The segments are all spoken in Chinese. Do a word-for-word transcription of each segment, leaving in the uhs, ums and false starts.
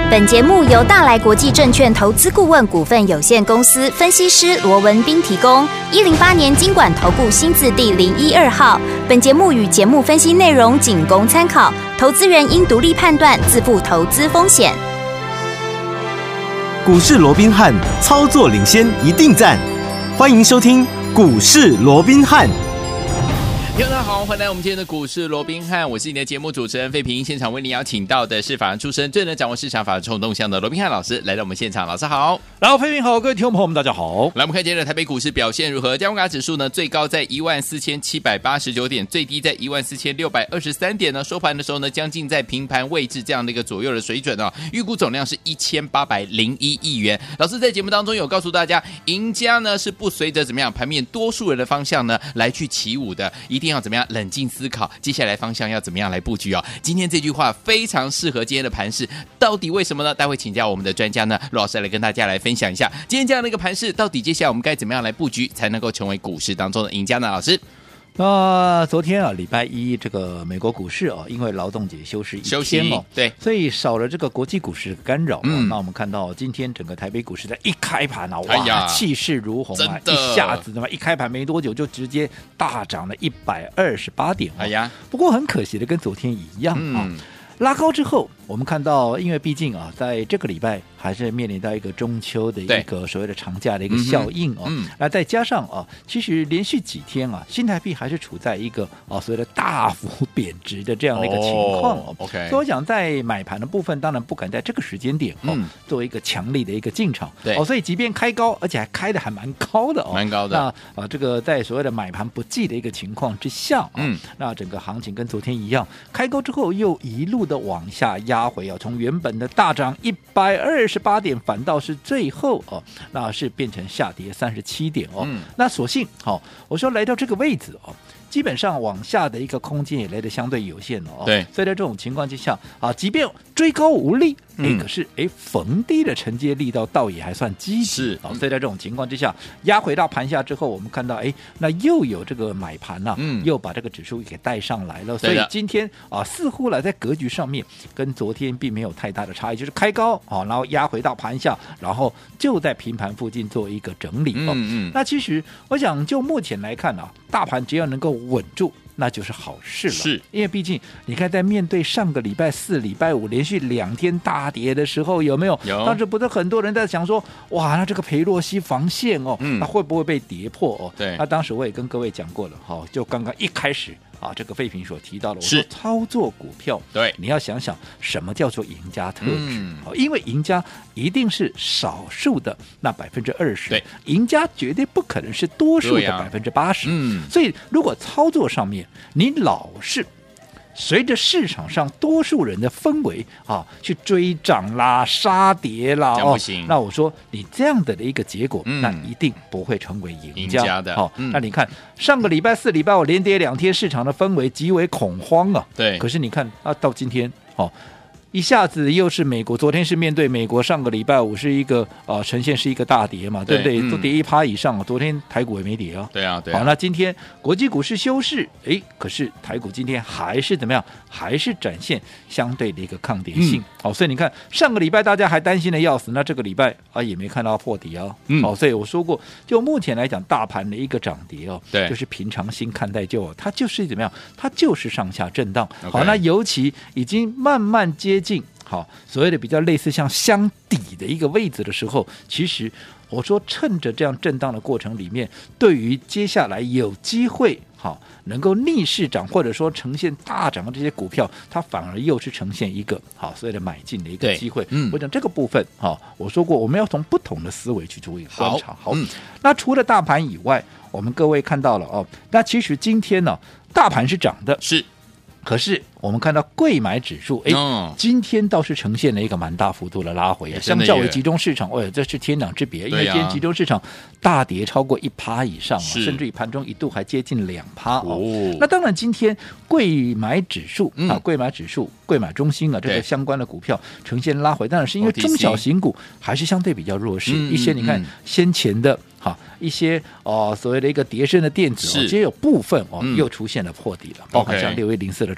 本节目由大来国际证券投资顾问股份有限公司分析师罗文彬提供。一零八年金管投顾新字第零一二号。本节目与节目分析内容仅供参考，投资人应独立判断，自负投资风险。 股市罗宾汉，操作领先一定赞。欢迎收听股市罗宾汉。 听众大家好，欢迎来到我们今天的股市罗宾汉，我是你的节目主持人费平。现场为你邀请到的是法人出身、最能掌握市场法人冲动向的罗宾汉老师，来到我们现场。老师好。 然后费平好，各位听众朋友们大家好。 来，我们看今天的台北股市表现如何？加权指数呢，最高在一万四千七百八十九点，最低在一万四千六百二十三点呢。收盘的时候呢，将近在平盘位置这样的一个左右的水准哦。预估总量是一千八百零一亿元。老师在节目当中有告诉大家，赢家呢是不随着怎么样盘面多数人的方向呢来去起舞的，一定要怎么样冷静思考接下来方向要怎么样来布局哦。今天这句话非常适合今天的盘势，到底为什么呢？待会请教我们的专家呢，罗老师来跟大家来分享一下，今天这样的一个盘势，到底接下来我们该怎么样来布局，才能够成为股市当中的赢家呢？老师。 那昨天啊，礼拜一这个美国股市啊，因为劳动节休市一天哦， 对， 所以少了这个国际股市的干扰、哦。 嗯， 那我们看到今天整个台北股市在一开盘啊，哇， 哎呀， 气势如虹啊，一下子的嘛，一开盘没多久就直接大涨了一百二十八点、哦。 哎呀， 不过很可惜的，跟昨天一样啊。嗯，拉高之后，我们看到，因为毕竟啊，在这个礼拜还是面临到一个中秋的一个所谓的长假的一个效应哦， 嗯， 那再加上啊，其实连续几天啊，新台币还是处在一个啊所谓的大幅贬值的这样的一个情况哦。 OK， 所以我想在买盘的部分，当然不敢在这个时间点哦、嗯、作为一个强力的一个进场， 对哦，所以即便开高，而且还开的还蛮高的哦， 蛮高的。 那啊，这个在所谓的买盘不济的一个情况之下、哦， 嗯， 那整个行情跟昨天一样，开高之后又一路的往下压回啊，从原本的大涨一百二十八点，反倒是最后哦，那是变成下跌三十七点哦。嗯、那所幸好、哦，我说来到这个位置哦，基本上往下的一个空间也来得相对有限哦。 对， 所以在这种情况之下啊，即便追高无力，哎、嗯，可是哎逢低的承接力道倒也还算积极。 是啊、哦，所以在这种情况之下，压回到盘下之后，我们看到哎，那又有这个买盘呐、啊，嗯，又把这个指数给带上来了。所以今天啊，似乎来在格局上面跟昨天并没有太大的差异，就是开高啊、哦，然后压回到盘下，然后就在平盘附近做一个整理。哦、 嗯嗯。 那其实我想就目前来看啊，大盘只要能够稳住，那就是好事了。 是， 因为毕竟你看，在面对上个礼拜四、礼拜五连续两天大跌的时候，有没有？ 有。 当时不是很多人在想说，哇，那这个裴洛西防线哦， 嗯、 那会不会被跌破哦？ 对。 那当时我也跟各位讲过了，哈，就刚刚一开始啊，这个废品所提到的，我说操作股票， 对， 你要想想什么叫做赢家特质， 嗯、 因为赢家一定是少数的那百分之二十， 对， 赢家绝对不可能是多数的百分之八十， 嗯， 所以如果操作上面你老是随着市场上多数人的氛围啊，去追涨啦、杀跌啦， 这样不行、 哦。那我说你这样的一个结果， 嗯、 那一定不会成为赢家。 赢家的， 好、哦嗯， 那你看上个礼拜四、礼拜五连跌两天，市场的氛围极为恐慌啊。 对。 可是你看啊，到今天哦。一下子又是美国，昨天是面对美国，上个礼拜五是一个呃呈现是一个大跌嘛，对不对？ 嗯、 都跌一趴以上，昨天台股也没跌啊。 对啊，对啊。 好，那今天国际股市休市，哎，可是台股今天还是怎么样？还是展现相对的一个抗跌性。嗯、好，所以你看上个礼拜大家还担心的要死，那这个礼拜啊也没看到破底啊。嗯。好，所以我说过，就目前来讲，大盘的一个涨跌哦， 对， 就是平常心看待就，它就是怎么样？它就是上下震荡。 Okay. 好，那尤其已经慢慢接近。好，所谓的比较类似像箱底的一个位置的时候，其实我说趁着这样震荡的过程里面，对于接下来有机会好能够逆势涨或者说呈现大涨的这些股票，它反而又是呈现一个好所谓的买进的一个机会。嗯，我讲这个部分好，我说过我们要从不同的思维去做一个观察。好，好嗯、那除了大盘以外，我们各位看到了哦，那其实今天呢，大盘是涨的， 是。 可是我们看到柜买指数，哎、 哦， 今天倒是呈现了一个蛮大幅度的拉回啊，相较于集中市场，哎，这是天壤之别。因为今天集中市场大跌超过一趴以上、啊，甚至于盘中一度还接近两趴哦。那当然，今天柜买指数、嗯、啊，柜买指数、柜买中心啊，这个相关的股票呈现拉回，当然是因为中小型股还是相对比较弱势， 嗯、 一些你看、嗯、先前的。好，一些哦、呃、所谓的一个跌升的电子哦，今天有部分哦、嗯、又出现了破底了，包括像六一零四的创维，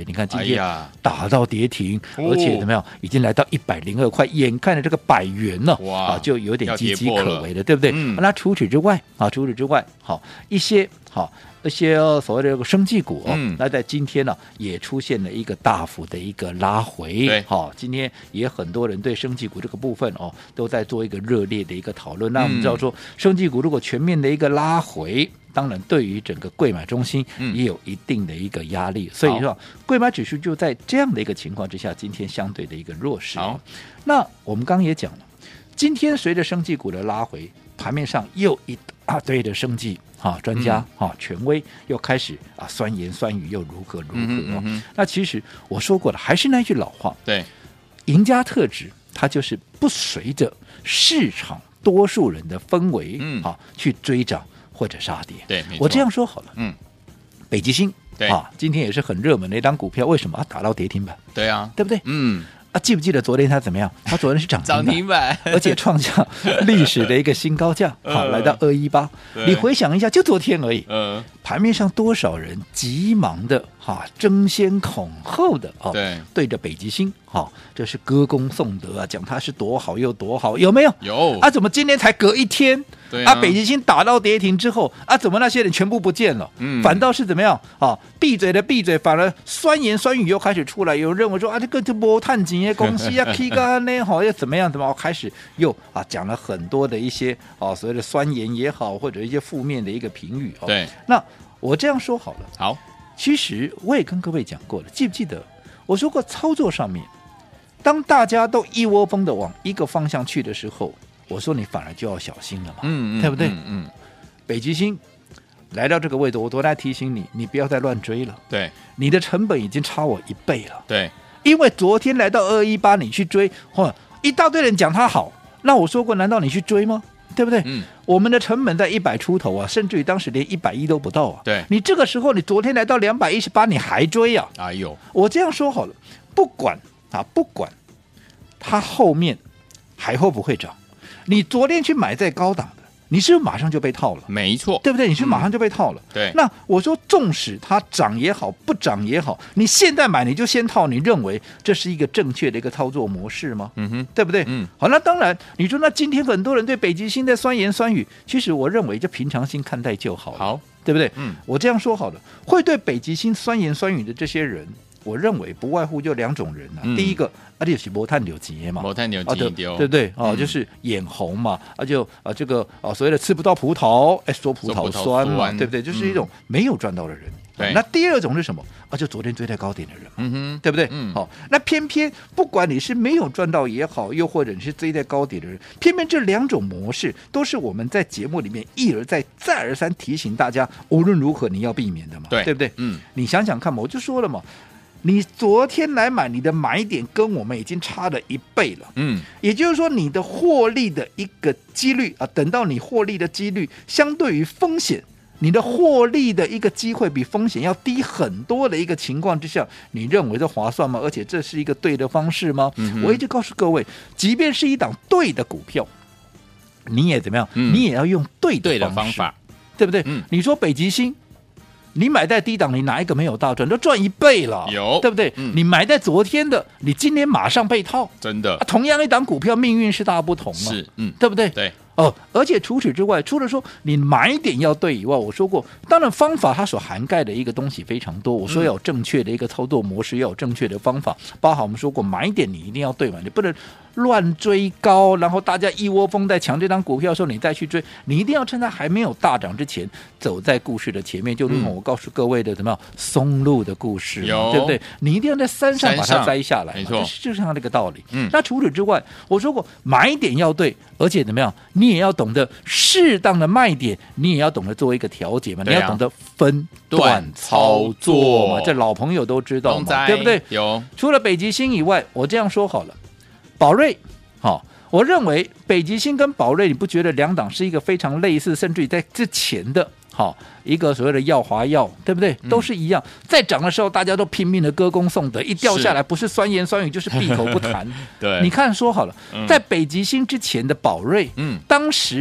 你看今哎天打到跌停， 哦而且怎么样，已经来到一百零二块，眼看着这个百元了， 哇啊，就有点岌岌可危了了，对不对？ 嗯那除此之外啊，除此之外，好一些好。一些所谓的这个生技股、哦， 嗯那在今天呢、也出现了一个大幅的一个拉回。 对好、今天也很多人对生技股这个部分哦，都在做一个热烈的一个讨论。那我们知道说，生技股如果全面的一个拉回，当然对于整个柜买中心也有一定的一个压力。嗯、所以说，柜买指数就在这样的一个情况之下，今天相对的一个弱势。 好， 那我们刚刚也讲了，今天随着生技股的拉回，盘面上又一大堆的生技。啊，专家、嗯、啊，权威又开始啊酸言酸语，又如何如何、哦嗯嗯嗯、那其实我说过了，还是那句老话， 对， 赢家特质，它就是不随着市场多数人的氛围、嗯、啊去追涨或者杀跌。 对， 我这样说好了， 嗯， 北极星对啊，今天也是很热门的一档股票，为什么啊打到跌停板？ 对啊， 对不对？ 嗯。 啊，记不记得昨天它怎么样？它昨天是涨涨停板， 而且创下历史的一个新高价，好、呃，来到二一八。你回想一下，就昨天而已，嗯、呃，盘面上多少人急忙的哈、啊、争先恐后的哦， 对， 对着北极星，好、啊，这是歌功颂德啊，讲它是多好又多好，有没有？ 有啊，怎么今天才隔一天？ 对啊， 啊，北极星打到跌停之后啊，怎么那些人全部不见了？嗯，反倒是怎么样啊？闭嘴的闭嘴，反而酸言酸语又开始出来。有人认为说啊，这个就没探钱的公司啊 ，K 个呢好又怎么样？怎么开始又啊讲了很多的一些啊所谓的酸言也好，或者一些负面的一个评语哦。 对， 那我这样说好了。 好， 其实我也跟各位讲过了，记不记得我说过操作上面，当大家都一窝蜂的往一个方向去的时候。我说你反而就要小心了嘛，嗯，对不对？嗯，嗯北极星来到这个位置，我都在提醒你，你不要再乱追了。 对， 你的成本已经差我一倍了。 对， 因为昨天来到二一八，你去追，嚯，一大堆人讲它好，那我说过，难道你去追吗？对不对？嗯，我们的成本在一百出头啊，甚至于当时连一百一都不到啊。 对， 你这个时候，你昨天来到两百一十八，你还追啊？ 哎呦， 我这样说好了，不管啊，不管它后面还会不会涨。你昨天去买在高档的，你是不是马上就被套了？ 没错， 对不对？你是马上就被套了。 嗯、对， 那我说，纵使它涨也好，不涨也好，你现在买你就先套，你认为这是一个正确的一个操作模式吗？嗯哼，对不对？嗯，好，那当然，你说那今天很多人对北极星在酸言酸语，其实我认为就平常心看待就好了， 好， 对不对？ 嗯， 我这样说好了，会对北极星酸言酸语的这些人。我认为不外乎就两种人啊，嗯、第一个啊，就是没赚到钱嘛， 没赚到钱丢，对不对？哦、嗯，就是眼红嘛，啊就啊这个啊所谓的吃不到葡萄，哎说葡萄酸嘛，酸对不对？就是一种没有赚到的人。 对、嗯， 那第二种是什么啊？就昨天追在高点的人嘛， 嗯哼， 对不对？ 嗯， 好、哦，那偏偏不管你是没有赚到也好，又或者你是追在高点的人，偏偏这两种模式都是我们在节目里面一而再、再而三提醒大家，无论如何你要避免的嘛， 对， 对不对？ 嗯， 你想想看嘛，我就说了嘛。你昨天来买，你的买点跟我们已经差了一倍了，嗯，也就是说你的获利的一个几率啊，等到你获利的几率相对于风险，你的获利的一个机会比风险要低很多的一个情况之下，你认为这划算吗？而且这是一个对的方式吗？嗯、我一直告诉各位，即便是一档对的股票，你也怎么样？嗯、你也要用对的方式， 对的方法， 对不对？嗯、你说北极星。你买在低档，你哪一个没有大赚？都赚一倍了， 有对不对？嗯、你买在昨天的，你今天马上被套， 真的。 啊、同样一档股票，命运是大不同嘛？ 是，嗯， 对不对？ 对。 哦，而且除此之外，除了说你买点要对以外，我说过，当然方法它所涵盖的一个东西非常多。我说要有正确的一个操作模式，要有正确的方法，包含我们说过，买点你一定要对嘛，你不能乱追高，然后大家一窝蜂在抢这张股票的时候，你再去追，你一定要趁它还没有大涨之前，走在故事的前面，就如同我告诉各位的怎么样松露的故事，对不对？你一定要在山上把它摘下来， 没错， 就是这样的一个道理。嗯，那除此之外，我说过，买点要对，而且怎么样，你也要懂得适当的卖点，你也要懂得做一个调节嘛，你要懂得分段操作嘛，这老朋友都知道嘛，对不对？ 有， 除了北极星以外，我这样说好了，宝瑞，好、哦，我认为北极星跟宝瑞，你不觉得两档是一个非常类似，甚至于在之前的？好，一个所谓的耀华药，对不对？都是一样，在涨的时候大家都拼命的歌功颂德，一掉下来不是酸言酸语就是闭口不谈。 对， 你看说好了，嗯、在北极星之前的宝瑞，嗯，当时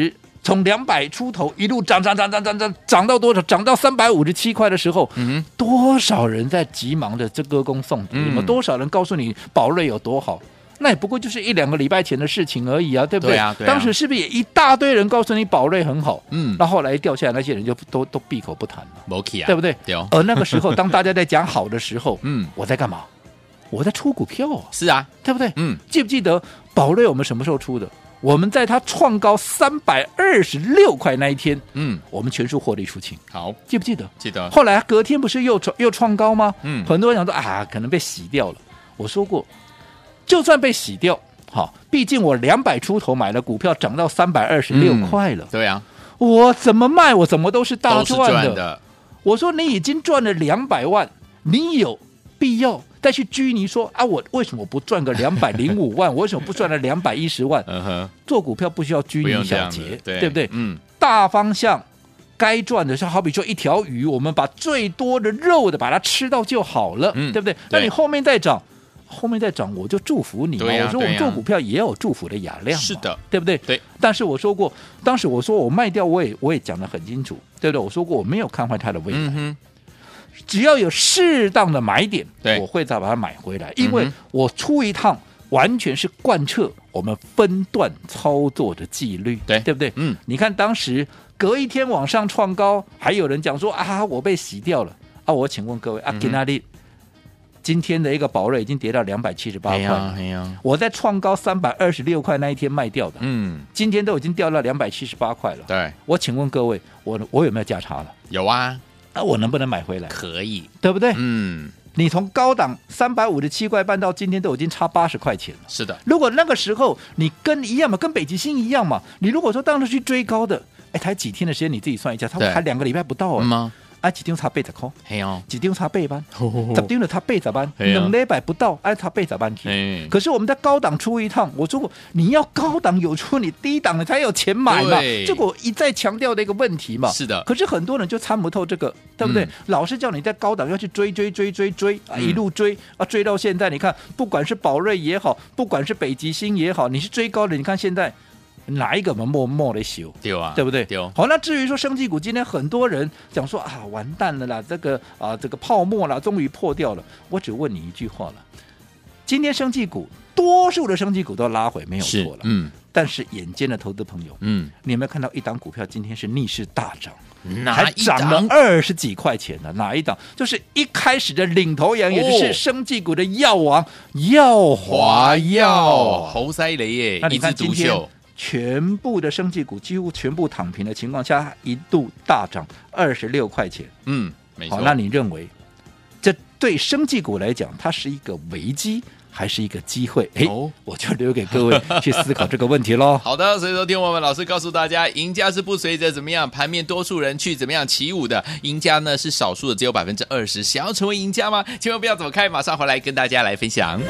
从两百出头一路涨涨涨涨涨涨涨到多少？涨到三百五十七块的时候，嗯、多少人在急忙的这歌功颂德？有、嗯、多少人告诉你宝瑞有多好？那也不过就是一两个礼拜前的事情而已啊，对不对？ 对啊，对啊当时是不是也一大堆人告诉你宝瑞很好？嗯，那后来一掉下来，那些人就都都闭口不谈了， 没去啊， 对不对？ 对哦。 而那个时候，当大家在讲好的时候，嗯，我在干嘛？我在出股票啊， 是啊， 对不对？ 嗯， 记不记得宝瑞我们什么时候出的？我们在它创高三百二十六块那一天，嗯，我们全数获利出清。 好， 记不记得？ 记得。 后来隔天不是又又创高吗？ 嗯， 很多人想说啊，可能被洗掉了。我说过，就算被洗掉。好，毕竟我两百出头买了股票，涨到三百二十六块了、嗯。 对啊， 我怎么卖，我怎么都是大赚 的, 赚的。 我说你已经赚了两百万，你有必要再去拘泥说啊，我为什么不赚个两百零五万？我为什么不赚了两百一十万？uh-huh, 做股票不需要拘泥小节，对, 对不对？嗯，大方向该赚的是，好比说一条鱼，我们把最多的肉的把它吃到就好了，嗯、对不对？那你后面再涨。后面再涨，我就祝福你嘛、啊。我说我们做股票也有祝福的雅量， 是的， 对不对？ 对。 但是我说过，当时我说我卖掉，我也我也讲得很清楚，对不对？我说过我没有看坏它的未来，嗯、只要有适当的买点，我会再把它买回来，因为我出一趟完全是贯彻我们分段操作的纪律， 对对不对？嗯。你看当时隔一天往上创高，还有人讲说啊，我被洗掉了啊！我请问各位啊，去哪里？今天的一个宝瑞已经跌到两百七十八块了、哎呀哎、我在创高三百二十六块那一天卖掉的，嗯，今天都已经掉到两百七十八块了。 对， 我请问各位，我我有没有价差了？ 有啊， 啊，我能不能买回来？ 可以， 对不对？ 嗯， 你从高档三百五十七块半到今天都已经差八十块钱了。 是的， 如果那个时候你跟一样嘛，跟北极星一样嘛，你如果说当时去追高的，哎，才几天的时间，你自己算一下，它还两个礼拜不到啊。 嗯啊，一张差八十块， 係哦， 一張差八萬，十張就差八十萬，兩禮拜不到，哎，差八十萬去。可是我們在高檔出一趟，我說過，你要高檔有出，你低檔你才有錢買嘛。這個我一再強調的一個問題嘛。 是的。 可是很多人就參不透這個，對不對？嗯、老是叫你在高檔要去追追追追追啊，一路追啊，追到現在，你看，不管是寶瑞也好，不管是北極星也好，你是追高的，你看現在。哪一個嘛默默的修， 對啊， 對不對？ 對。 好，那至於說生技股，今天很多人講說啊，完蛋了啦，這個啊，這個泡沫啦，終於破掉了。我只問你一句話了，今天生技股多數的生技股都拉回，沒有錯了，嗯。但是眼尖的投資朋友，嗯，你有沒有看到一檔股票今天是逆勢大漲？還漲了二十幾塊錢呢？哪一檔？就是一開始的領頭羊，也就是生技股的藥王藥華藥， 好犀利耶！ 那你看今天。全部的生技股幾乎全部躺平的情況下，一度大漲二十六塊錢。 嗯，沒錯。 好，那你認為這對生技股來講，它是一個危機還是一個機會？哎、哦，我就留給各位去思考這個問題咯。 好的，所以說聽我們老師告訴大家，贏家是不隨着怎麼樣盤面多數人去怎麼樣起舞的，贏家呢是少數的，只有百分之二十。想要成為贏家嗎？千萬不要走開，馬上回來跟大家來分享。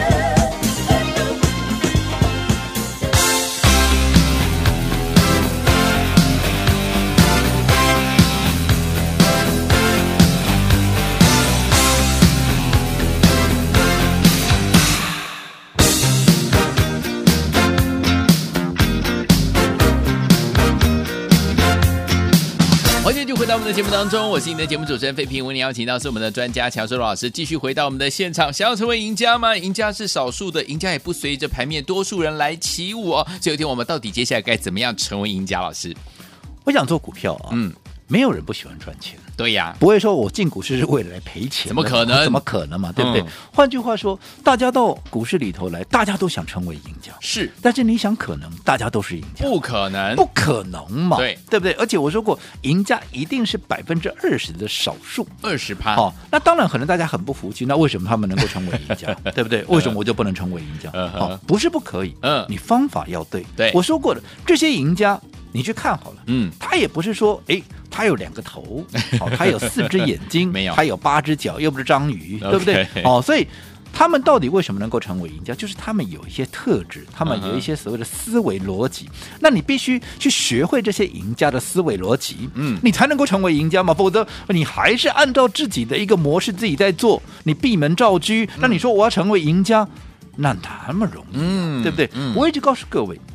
回到我们的节目当中，我是你的节目主持人费平，为你邀请到是我们的专家乔世罗老师，继续回到我们的现场。想要成为赢家吗？赢家是少数的，赢家也不随着盘面多数人来起舞哦。这有一天我们到底接下来该怎么样成为赢家？老师， 我想做股票啊，嗯，没有人不喜欢赚钱。 对呀， 不会说我进股市是为了来赔钱， 怎么可能？ 怎么可能嘛？对不对？嗯、换句话说，大家到股市里头来，大家都想成为赢家， 是。 但是你想，可能大家都是赢家， 不可能， 不可能嘛？ 对， 对不对？而且我说过，赢家一定是百分之二十的少数， 二十趴。 好，那当然可能大家很不服气，那为什么他们能够成为赢家？对不对？为什么我就不能成为赢家？好、uh-huh. 不是不可以，嗯，你方法要对。 对， 我说过了，这些赢家。你去看好了，嗯，他也不是说，哎，他有两个头，哦，他有四只眼睛， 没有， 他有八只脚，又不是章鱼， okay. 对不对？哦，所以他们到底为什么能够成为赢家？就是他们有一些特质，他们有一些所谓的思维逻辑。Uh-huh. 那你必须去学会这些赢家的思维逻辑，嗯，你才能够成为赢家嘛。否则你还是按照自己的一个模式自己在做，你闭门造车。那你说我要成为赢家，那哪那么容易、啊嗯？对不对、嗯？我一直告诉各位。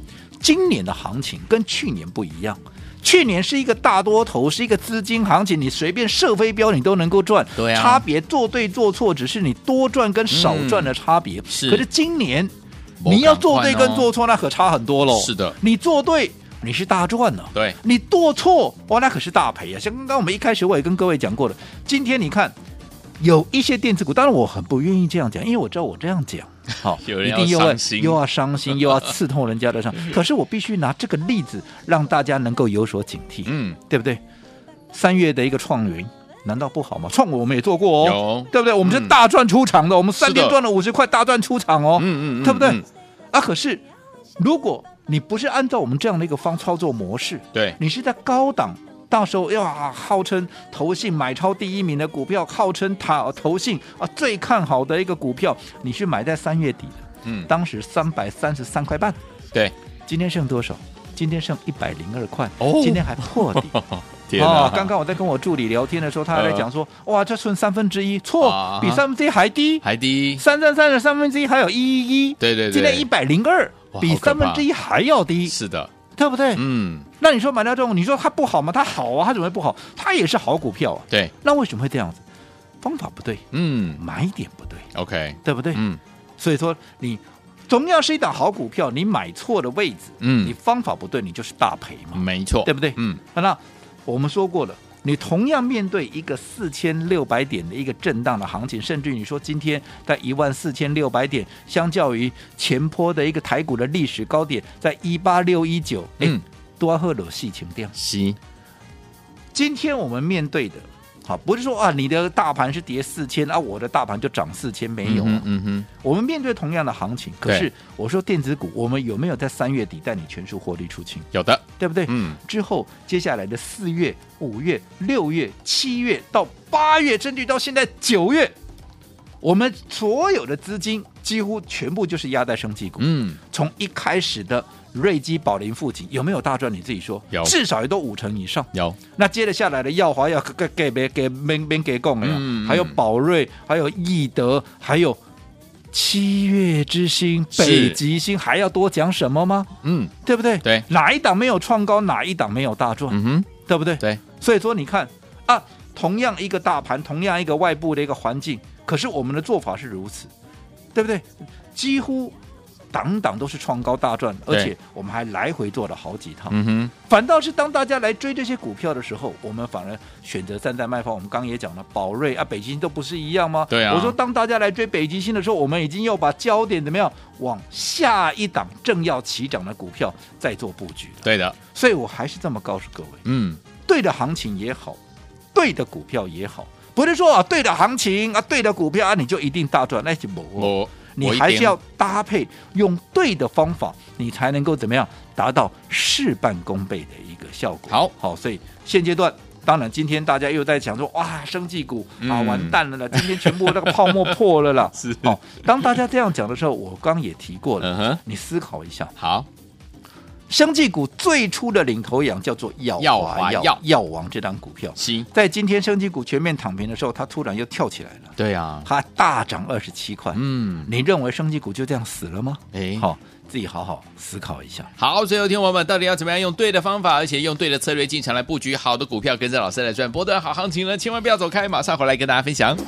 今年的行情跟去年不一样。去年是一个大多头，是一个资金行情，你随便射飞镖你都能够赚， 对啊， 差别做对做错只是你多赚跟少赚的差别。嗯、 是， 可是今年你要做对跟做错，那可差很多喽。 是的， 你做对你是大赚呢， 对， 你做错哇，那可是大赔啊。像刚刚我们一开始我也跟各位讲过了，今天你看有一些电子股，当然我很不愿意这样讲，因为我知道我这样讲。好， 有人一定又要伤心， 又要伤心，又要刺痛人家的伤。可是我必须拿这个例子让大家能够有所警惕，嗯，对不对？三月的一个创云，难道不好吗？创维我们也做过哦， 有， 对不对？我们是大赚出场的，嗯、我们三天赚了五十块，大赚出场哦， 嗯嗯， 对不对？ 嗯、 啊，可是如果你不是按照我们这样的一个方操作模式， 对， 你是在高档。到时候要、啊、号称投信买超第一名的股票，号称他投信啊最看好的一个股票，你是买在三月底的， 嗯， 当时三百三十三块半， 对， 今天剩多少？今天剩一百零二块， 哦， 今天还破底。 天啊！ 刚刚我在跟我助理聊天的时候，他还在讲说，呃、哇，这剩三分之一，错， 啊、 比三分之一还低， 还低， 三三三的三分之一还有一一一， 对对对， 今天一百零二，比三分之一还要低， 是的。 对不对？ 嗯， 那你说买到这种，你说它不好吗？它好啊，它怎么会不好？它也是好股票啊。 对， 那为什么会这样子？方法不对， 嗯， 买点不对 ，OK， 对不对？ 嗯， 所以说你同样是一档好股票，你买错的位置， 嗯， 你方法不对，你就是大赔嘛， 没错， 对不对？ 嗯， 那我们说过了。你同样面对一个四千六百点的一个震荡的行情，甚至你说今天在一万四千六百点，相较于前波的一个台股的历史高点在一八六一九，嗯，多喝了细情调。 是， 今天我们面对的，好，不是说啊，你的大盘是跌四千啊，我的大盘就涨四千，没有、啊。嗯 哼, 嗯哼，我们面对同样的行情，可是我说电子股，我们有没有在三月底带你全数获利出清？ 有的， 对不对？嗯。之后接下来的四月、五月、六月、七月到八月，甚至到现在九月，我们所有的资金几乎全部就是压在生技股。嗯。从一开始的瑞基、宝林附近有没有大赚？你自己说， 有， 至少也都五成以上。 有。那接着下来的耀华要给给给给没没给供了，嗯，还有宝瑞，还有易德，还有七月之星、北极星，还要多讲什么吗？嗯，对不对？ 对， 哪一档没有创高，哪一档没有大赚？嗯哼，对不对？ 对。 所以说你看啊，同样一个大盘，同样一个外部的一个环境，可是我们的做法是如此，对不对？几乎。档档都是创高大赚，而且我们还来回做了好几趟。嗯哼，反倒是当大家来追这些股票的时候，我们反而选择站在卖方。我们刚刚也讲了，宝瑞啊、北极星都不是一样吗？ 对啊。 我说当大家来追北极星的时候，我们已经要把焦点怎么样往下一档正要起涨的股票再做布局了。 对的。 所以我还是这么告诉各位，嗯，对的行情也好，对的股票也好，不是说啊对的行情啊对的股票啊你就一定大赚，那是没。你还是要搭配用对的方法，你才能够怎么样达到事半功倍的一个效果。 好， 好，所以现阶段，当然今天大家又在讲说，哇，生技股啊完蛋了啦，今天全部那个泡沫破了啦。 是， 哦，当大家这样讲的时候，我刚也提过了， 嗯、 你思考一下。 好。 生技股最初的领头羊叫做药华药药王这档股票，在今天生技股全面躺平的时候，它突然又跳起来了。 对啊， 它大涨二十七块。嗯，你认为生技股就这样死了吗？哎，好，自己好好思考一下。 好，最后听我们到底要怎么样用对的方法，而且用对的策略进场来布局好的股票，跟着老师来赚波段好行情呢？千万不要走开，马上回来跟大家分享。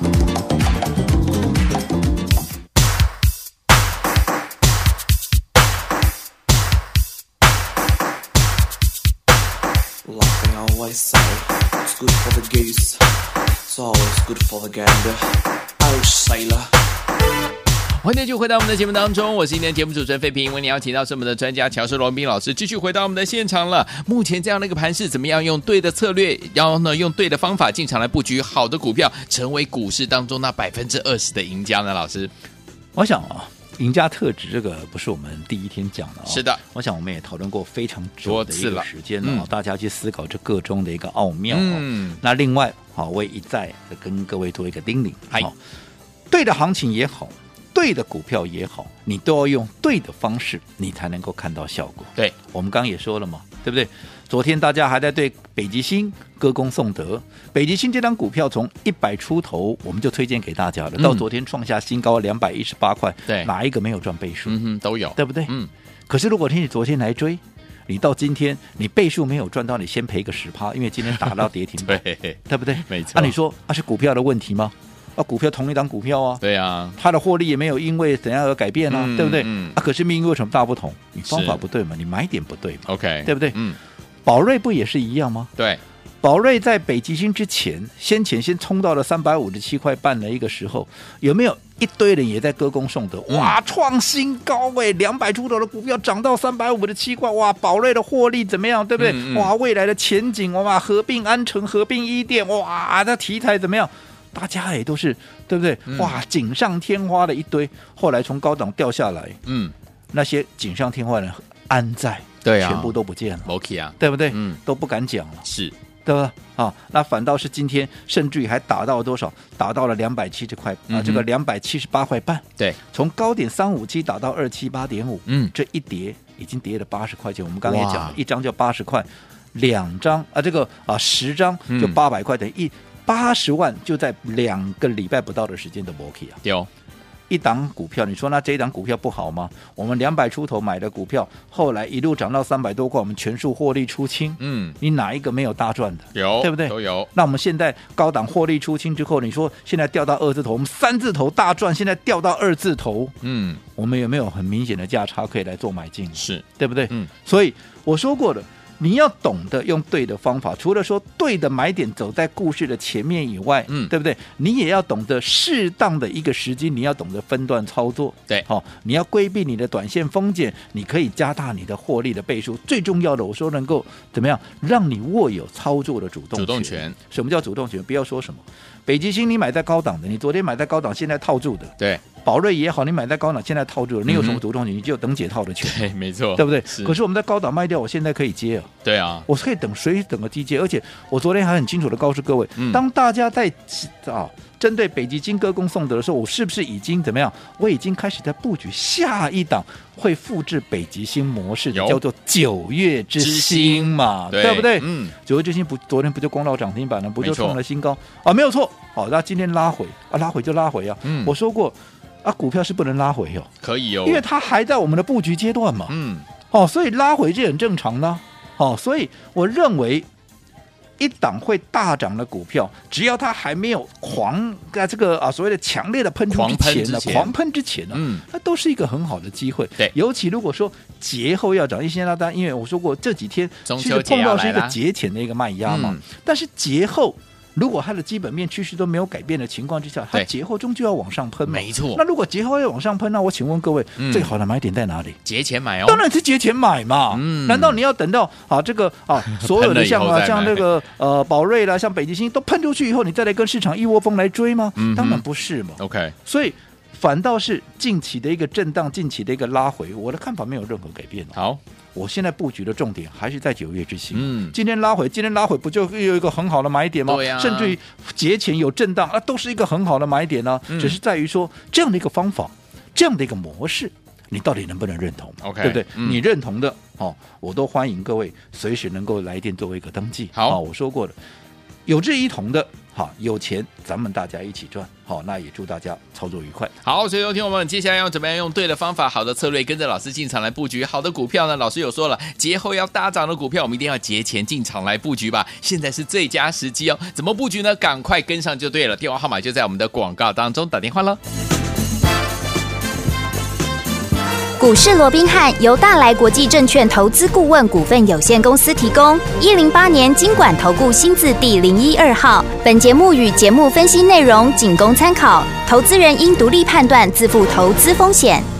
Always say it's good for the goose, it's always good for the gander. Irish sailor. 欢迎继续回到我们的节目当中，我是今天的节目主持人费平，为你邀请到是我们的专家乔世罗宾老师，继续回到我们的现场了。目前这样的一个盘势，怎么样用对的策略，然后呢用对的方法进场来布局好的股票，成为股市当中那百分之二十的赢家呢？老师， 我想啊。赢家特质这个不是我们第一天讲的、哦， 是的， 我想我们也讨论过非常久的一个时间了、哦嗯， 大家去思考这个中的一个奥妙、哦。 嗯， 那另外，好，我也一再的跟各位做一个叮咛，好，对的行情也好，对的股票也好，你都要用对的方式，你才能够看到效果。 对， 我们刚刚也说了嘛， 对不对？昨天大家还在对北极星歌功颂德，北极星这张股票从一百出头我们就推荐给大家了，嗯、到昨天创下新高两百一十八块， 对， 哪一个没有赚倍数？ 嗯哼，都有， 对不对？ 嗯。 可是如果你昨天来追，你到今天你倍数没有赚到，你先赔个十趴，因为今天打到跌停板， 对， 对不对？ 没错。 那、啊、你说啊是股票的问题吗？啊，股票同一档股票啊， 对啊， 它的获利也没有因为怎样而改变啊， 嗯、 对不对？ 嗯、 啊，可是命运为什么大不同？你方法不对嘛，你买点不对嘛 ，OK， 对不对？ 嗯， 宝瑞不也是一样吗？ 对， 宝瑞在北极星之前，先前先冲到了三百五十七块半的一个时候，有没有一堆人也在歌功颂德？ 嗯、 哇，创新高哎，两百出头的股票涨到三百五十七块，哇，宝瑞的获利怎么样？对不对？ 嗯嗯、 哇，未来的前景哇，合并安诚，合并一店，哇，那题材怎么样？大家也都是对不对？嗯、哇，锦上添花的一堆，后来从高档掉下来，嗯，那些锦上添花的人安在， 对啊， 全部都不见了 ，OK 啊， 对不对？ 嗯， 都不敢讲了， 是， 对吧？啊，那反倒是今天，甚至于还打到了多少？打到了两百七十块啊，嗯、这个两百七十八块半， 对， 从高点三五七打到二七八点五， 嗯， 这一跌已经跌了八十块钱。我们刚刚也讲了，一张就八十块，两张啊，这个啊十张就八百块，等于一。八十万就在两个礼拜不到的时间的 M O K 啊， 有一档股票，你说那这一档股票不好吗？我们两百出头买的股票，后来一路涨到三百多块，我们全数获利出清。嗯，你哪一个没有大赚的？ 有， 对不对？ 都有。 那我们现在高档获利出清之后，你说现在掉到二字头，我们三字头大赚，现在掉到二字头，嗯，我们有没有很明显的价差可以来做买进？ 是， 对不对？ 嗯， 所以我说过了。你要懂得用对的方法，除了说对的买点走在故事的前面以外，嗯，对不对？你也要懂得适当的一个时机，你要懂得分段操作， 对， 好、哦，你要规避你的短线风险，你可以加大你的获利的倍数。最重要的，我说能够怎么样，让你握有操作的主动权。 主动权， 什么叫主动权？不要说什么北极星，你买在高档的，你昨天买在高档，现在套住的， 对。 宝瑞也好，你买在高档，现在套住了，你有什么主动权？嗯、你就有等解套的权， 对，没错， 对不对？ 是。 可是我们在高档卖掉，我现在可以接啊， 对啊， 我可以等随时等个低接，而且我昨天还很清楚的告诉各位，嗯、当大家在啊针对北极星歌功颂德的时候，我是不是已经怎么样？我已经开始在布局下一档会复制北极星模式的，叫做九月之星嘛，对, 对不对？嗯，九月之星不昨天不就攻到涨停板了，不就创了新高啊？没有错，好，那今天拉回啊，拉回就拉回啊，嗯、我说过。啊，股票是不能拉回哦， 可以哦， 因为它还在我们的布局阶段嘛，嗯，哦，所以拉回这很正常的，哦，所以我认为一档会大涨的股票，只要它还没有狂啊这个啊所谓的强烈的喷出之前呢，狂喷之前呢，嗯，它都是一个很好的机会， 对， 尤其如果说节后要涨，因为现在大家因为我说过这几天其实碰到是一个节前的一个卖压嘛，嗯、但是节后。如果它的基本面趋势都没有改变的情况之下，它节后终究要往上喷嘛。 没错。 那如果节后要往上喷，那我请问各位，嗯、最好的买点在哪里？ 节前买哦。 当然是节前买嘛。嗯。难道你要等到啊这个啊所有的像啊像这个呃宝瑞啦，像北极星都喷出去以后，你再来跟市场一窝蜂来追吗？嗯、当然不是嘛。 OK。 所以反倒是近期的一个震荡，近期的一个拉回，我的看法没有任何改变。 好。 我现在布局的重点还是在九月之星。嗯，今天拉回，今天拉回不就有一个很好的买点吗？ 对啊， 甚至于节前有震荡啊，都是一个很好的买点呢、啊。嗯、只是在于说这样的一个方法，这样的一个模式，你到底能不能认同 ？OK， 对不对？ 嗯、 你认同的哦，我都欢迎各位随时能够来电作为一个登记。 好， 哦、我说过了，有志一同的。好，有钱咱们大家一起赚。好，那也祝大家操作愉快。 好，所以有听我们接下来要怎么样用对的方法、好的策略，跟着老师进场来布局好的股票呢？老师有说了，节后要大涨的股票，我们一定要节前进场来布局吧。现在是最佳时机哦。怎么布局呢？赶快跟上就对了。电话号码就在我们的广告当中，打电话了。 股市罗宾汉由大来国际证券投资顾问股份有限公司提供，一零八年金管投顾新字第零一二号。本节目与节目分析内容仅供参考，投资人应独立判断，自负投资风险。